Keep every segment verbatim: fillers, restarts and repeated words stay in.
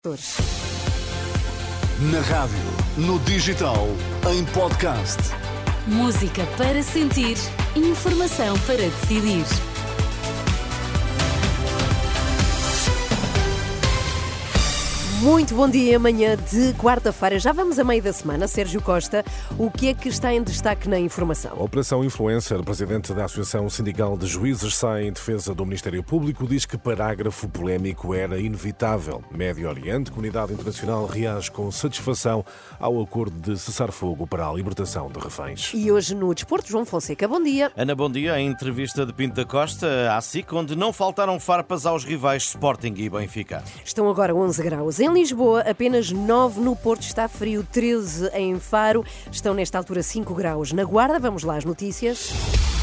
Na rádio, no digital, em podcast. Música para sentir, informação para decidir. Muito bom dia, amanhã de quarta-feira. Já vamos a meio da semana. Sérgio Costa, o que é que está em destaque na informação? A Operação Influencer, o presidente da Associação Sindical de Juízes, sai em defesa do Ministério Público, diz que parágrafo polémico era inevitável. Médio Oriente, comunidade internacional reage com satisfação ao acordo de cessar-fogo para a libertação de reféns. E hoje no Desporto, João Fonseca, bom dia. Ana, bom dia. Em entrevista de Pinto da Costa à S I C, onde não faltaram farpas aos rivais Sporting e Benfica. Estão agora onze graus em Lisboa, apenas nove no Porto, está frio, treze em Faro, estão nesta altura cinco graus na Guarda. Vamos lá às notícias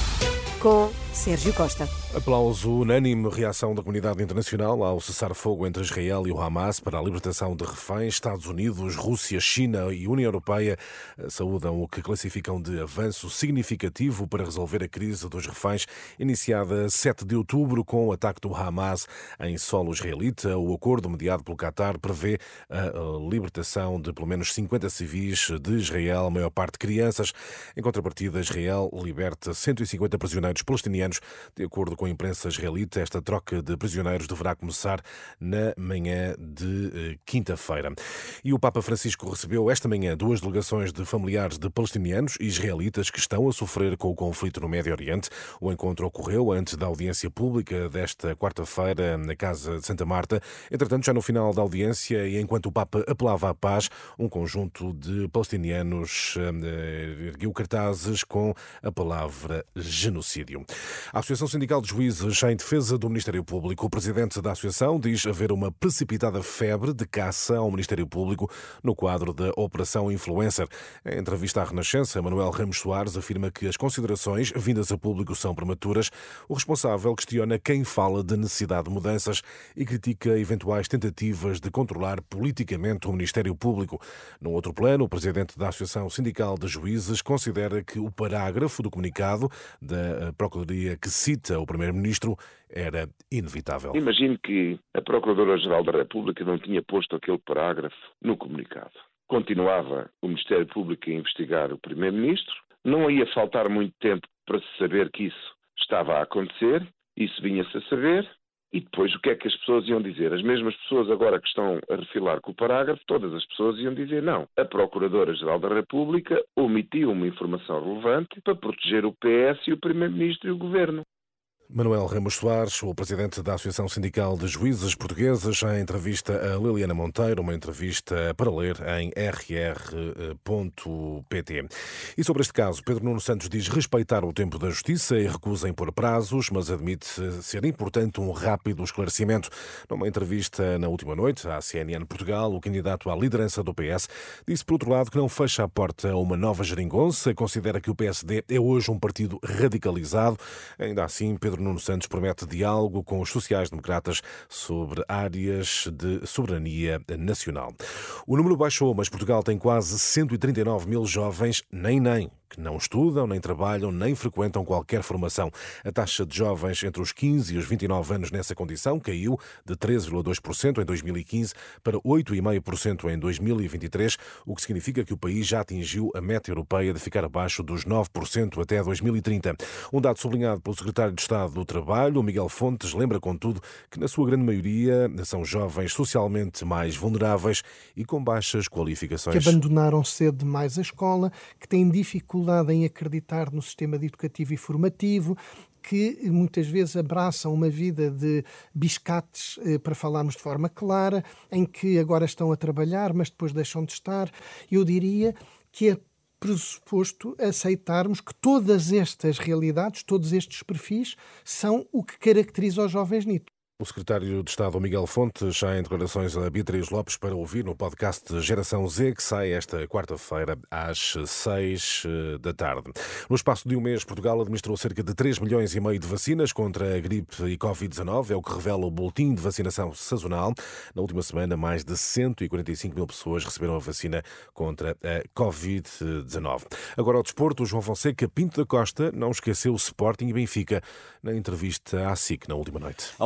com Sérgio Costa. Aplauso unânime, reação da comunidade internacional ao cessar-fogo entre Israel e o Hamas para a libertação de reféns. Estados Unidos, Rússia, China e União Europeia saúdam o que classificam de avanço significativo para resolver a crise dos reféns, iniciada sete de outubro com o ataque do Hamas em solo israelita. O acordo mediado pelo Qatar prevê a libertação de pelo menos cinquenta civis de Israel, a maior parte crianças. Em contrapartida, Israel liberta cento e cinquenta prisioneiros palestinianos. De acordo com a imprensa israelita, esta troca de prisioneiros deverá começar na manhã de eh, quinta-feira. E o Papa Francisco recebeu esta manhã duas delegações de familiares de palestinianos e israelitas que estão a sofrer com o conflito no Médio Oriente. O encontro ocorreu antes da audiência pública desta quarta-feira na Casa de Santa Marta. Entretanto, já no final da audiência e enquanto o Papa apelava à paz, um conjunto de palestinianos eh, ergueu cartazes com a palavra genocídio. A Associação Sindical de Juízes, em defesa do Ministério Público, o presidente da Associação diz haver uma precipitada febre de caça ao Ministério Público no quadro da Operação Influencer. Em entrevista à Renascença, Manuel Ramos Soares afirma que as considerações vindas a público são prematuras. O responsável questiona quem fala de necessidade de mudanças e critica eventuais tentativas de controlar politicamente o Ministério Público. Num outro plano, o presidente da Associação Sindical de Juízes considera que o parágrafo do comunicado da Procuradoria que cita o Primeiro-Ministro era inevitável. Imagino que a Procuradora-Geral da República não tinha posto aquele parágrafo no comunicado. Continuava o Ministério Público a investigar o Primeiro-Ministro, não ia faltar muito tempo para se saber que isso estava a acontecer, isso vinha-se a saber, e depois o que é que as pessoas iam dizer? As mesmas pessoas agora que estão a refilar com o parágrafo, todas as pessoas iam dizer não. A Procuradora-Geral da República omitiu uma informação relevante para proteger o P S e o Primeiro-Ministro e o Governo. Manuel Ramos Soares, o presidente da Associação Sindical de Juízes Portugueses, em entrevista a Liliana Monteiro, uma entrevista para ler em r r ponto p t. E sobre este caso, Pedro Nuno Santos diz respeitar o tempo da justiça e recusa impor prazos, mas admite ser importante um rápido esclarecimento. Numa entrevista na última noite à C N N Portugal, o candidato à liderança do P S disse, por outro lado, que não fecha a porta a uma nova geringonça, considera que o P S D é hoje um partido radicalizado. Ainda assim, Pedro Nuno Santos promete diálogo com os sociais-democratas sobre áreas de soberania nacional. O número baixou, mas Portugal tem quase cento e trinta e nove mil jovens, nem nem, que não estudam, nem trabalham, nem frequentam qualquer formação. A taxa de jovens entre os quinze e os vinte e nove anos nessa condição caiu de treze vírgula dois por cento em dois mil e quinze para oito vírgula cinco por cento em dois mil e vinte e três, o que significa que o país já atingiu a meta europeia de ficar abaixo dos nove por cento até dois mil e trinta. Um dado sublinhado pelo secretário de Estado do Trabalho, Miguel Fontes, lembra, contudo, que na sua grande maioria são jovens socialmente mais vulneráveis e com baixas qualificações. Que abandonaram cedo demais a escola, que têm dificuldade em acreditar no sistema educativo e formativo, que muitas vezes abraçam uma vida de biscates, para falarmos de forma clara, em que agora estão a trabalhar, mas depois deixam de estar. Eu diria que é pressuposto aceitarmos que todas estas realidades, todos estes perfis, são o que caracteriza os jovens N I T. O secretário de Estado, Miguel Fontes, já em declarações a Beatriz Lopes para ouvir no podcast Geração Z, que sai esta quarta-feira às seis da tarde. No espaço de um mês, Portugal administrou cerca de três milhões e meio de vacinas contra a gripe e covid dezanove, é o que revela o boletim de vacinação sazonal. Na última semana, mais de cento e quarenta e cinco mil pessoas receberam a vacina contra a covid dezanove. Agora ao desporto, o João Fonseca, Pinto da Costa, não esqueceu o Sporting e Benfica na entrevista à S I C na última noite. Ao seu jeito,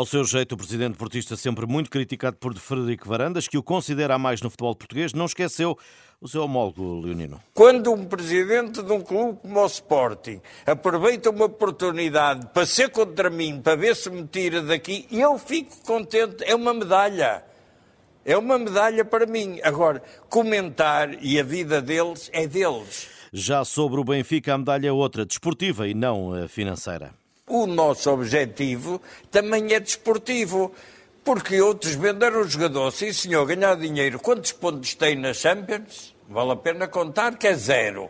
jeito, o presidente portista, sempre muito criticado por Frederico Varandas, que o considera a mais no futebol português, não esqueceu o seu homólogo leonino. Quando um presidente de um clube como o Sporting aproveita uma oportunidade para ser contra mim, para ver se me tira daqui, eu fico contente, é uma medalha. É uma medalha para mim. Agora, comentar e a vida deles é deles. Já sobre o Benfica, a medalha é outra, desportiva e não financeira. O nosso objetivo também é desportivo, porque outros venderam o jogador. Sim, senhor, ganhar dinheiro. Quantos pontos tem na Champions? Vale a pena contar que é zero.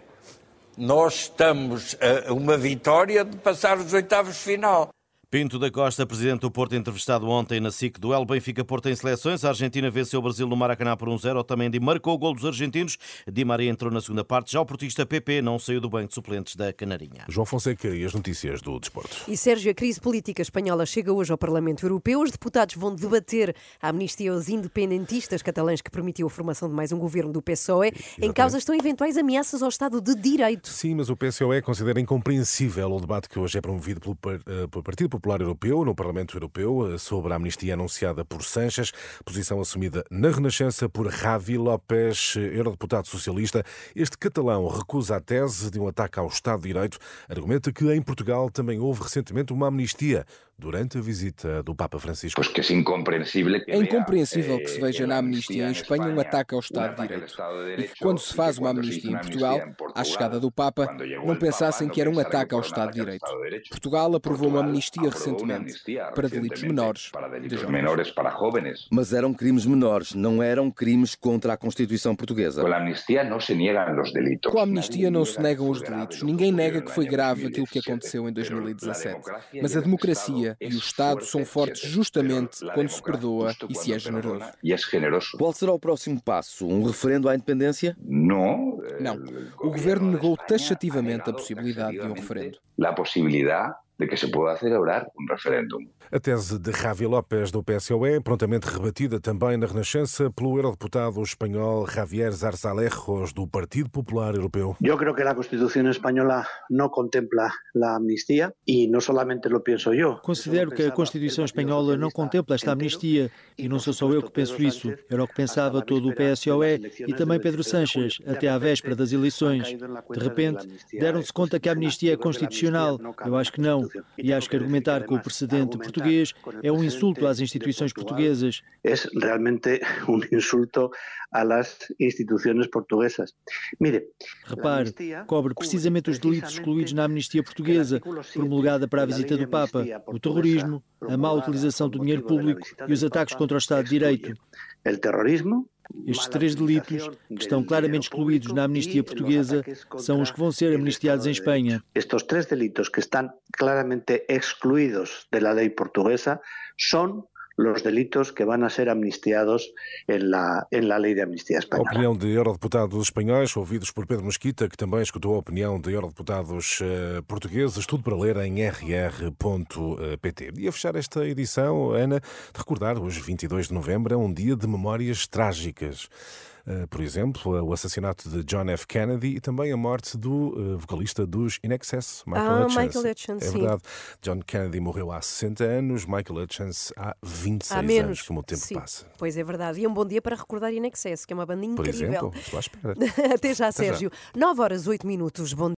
Nós estamos a uma vitória de passar os oitavos de final. Pinto da Costa, presidente do Porto, entrevistado ontem na S I C Duelo Benfica-Porto em seleções. A Argentina venceu o Brasil no Maracanã por um zero. Otamendi marcou o gol dos argentinos. Di Maria entrou na segunda parte. Já o portista P P não saiu do banco de suplentes da Canarinha. João Fonseca e as notícias do desporto. E Sérgio, a crise política espanhola chega hoje ao Parlamento Europeu. Os deputados vão debater a amnistia aos independentistas catalães que permitiu a formação de mais um governo do P S O E. Exatamente. Em causa estão eventuais ameaças ao Estado de Direito. Sim, mas o P S O E considera incompreensível o debate que hoje é promovido pelo, pelo Partido Popular Europeu, no Parlamento Europeu, sobre a amnistia anunciada por Sanches, posição assumida na Renascença por Javi López, eurodeputado socialista. Este catalão recusa a tese de um ataque ao Estado de Direito, argumenta que em Portugal também houve recentemente uma amnistia durante a visita do Papa Francisco. Pois que é incompreensível que, é incompreensível que se veja na amnistia em Espanha um ataque ao Estado de Direito e que quando se faz uma amnistia em Portugal, à chegada do Papa, não pensassem que era um ataque ao Estado de Direito. Portugal aprovou uma amnistia recentemente para delitos menores de jovens. Mas eram crimes menores, não eram crimes contra a Constituição portuguesa. Com a amnistia não se negam os delitos. Com a amnistia não se negam os delitos. Ninguém nega que foi grave aquilo que aconteceu em dois mil e dezassete. Mas a democracia e o Estado são fortes justamente quando se perdoa e se é generoso. Qual será o próximo passo? Um referendo à independência? Não. Não. O governo negou taxativamente a possibilidade de um referendo. A possibilidade de que se possa celebrar um referendo. A tese de Javi López do P S O E, prontamente rebatida também na Renascença pelo eurodeputado espanhol Javier Zarzalejos, do Partido Popular Europeu. Eu creo que a Constituição espanhola não contempla a amnistia e não solamente lo penso eu. Considero que a Constituição espanhola não contempla esta amnistia e não sou só eu que penso isso. Era o que pensava todo o P S O E e também Pedro Sánchez, até à véspera das eleições. De repente, deram-se conta que a amnistia é constitucional. Eu acho que não. E acho que argumentar com o precedente português é um insulto às instituições portuguesas. É realmente um insulto às instituições portuguesas. Mire, repare, cobre precisamente os delitos excluídos na amnistia portuguesa, promulgada para a visita do Papa, o terrorismo, a má utilização do dinheiro público e os ataques contra o Estado de Direito. O terrorismo. Estes três delitos, que estão claramente excluídos na amnistia portuguesa, são os que vão ser amnistiados em Espanha. Estes três delitos que estão claramente excluídos da lei portuguesa são os delitos que vão ser amnistiados en la, en la lei de amnistia espanhola. A opinião de eurodeputados espanhóis, ouvidos por Pedro Mesquita, que também escutou a opinião de eurodeputados uh, portugueses, tudo para ler em r r ponto p t. E a fechar esta edição, Ana, de recordar, hoje, vinte e dois de novembro, é um dia de memórias trágicas. Uh, por exemplo, o assassinato de John F. Kennedy e também a morte do uh, vocalista dos In Excess, Michael ah, Hutchence. Michael Hutchence, é verdade. Sim. John Kennedy morreu há sessenta anos, Michael Hutchence há vinte e seis há menos. anos, como o tempo sim. passa. Pois é verdade. E é um bom dia para recordar In Excess, que é uma banda incrível. Por exemplo, estou à espera. Até já, Sérgio. nove horas, oito minutos. Bom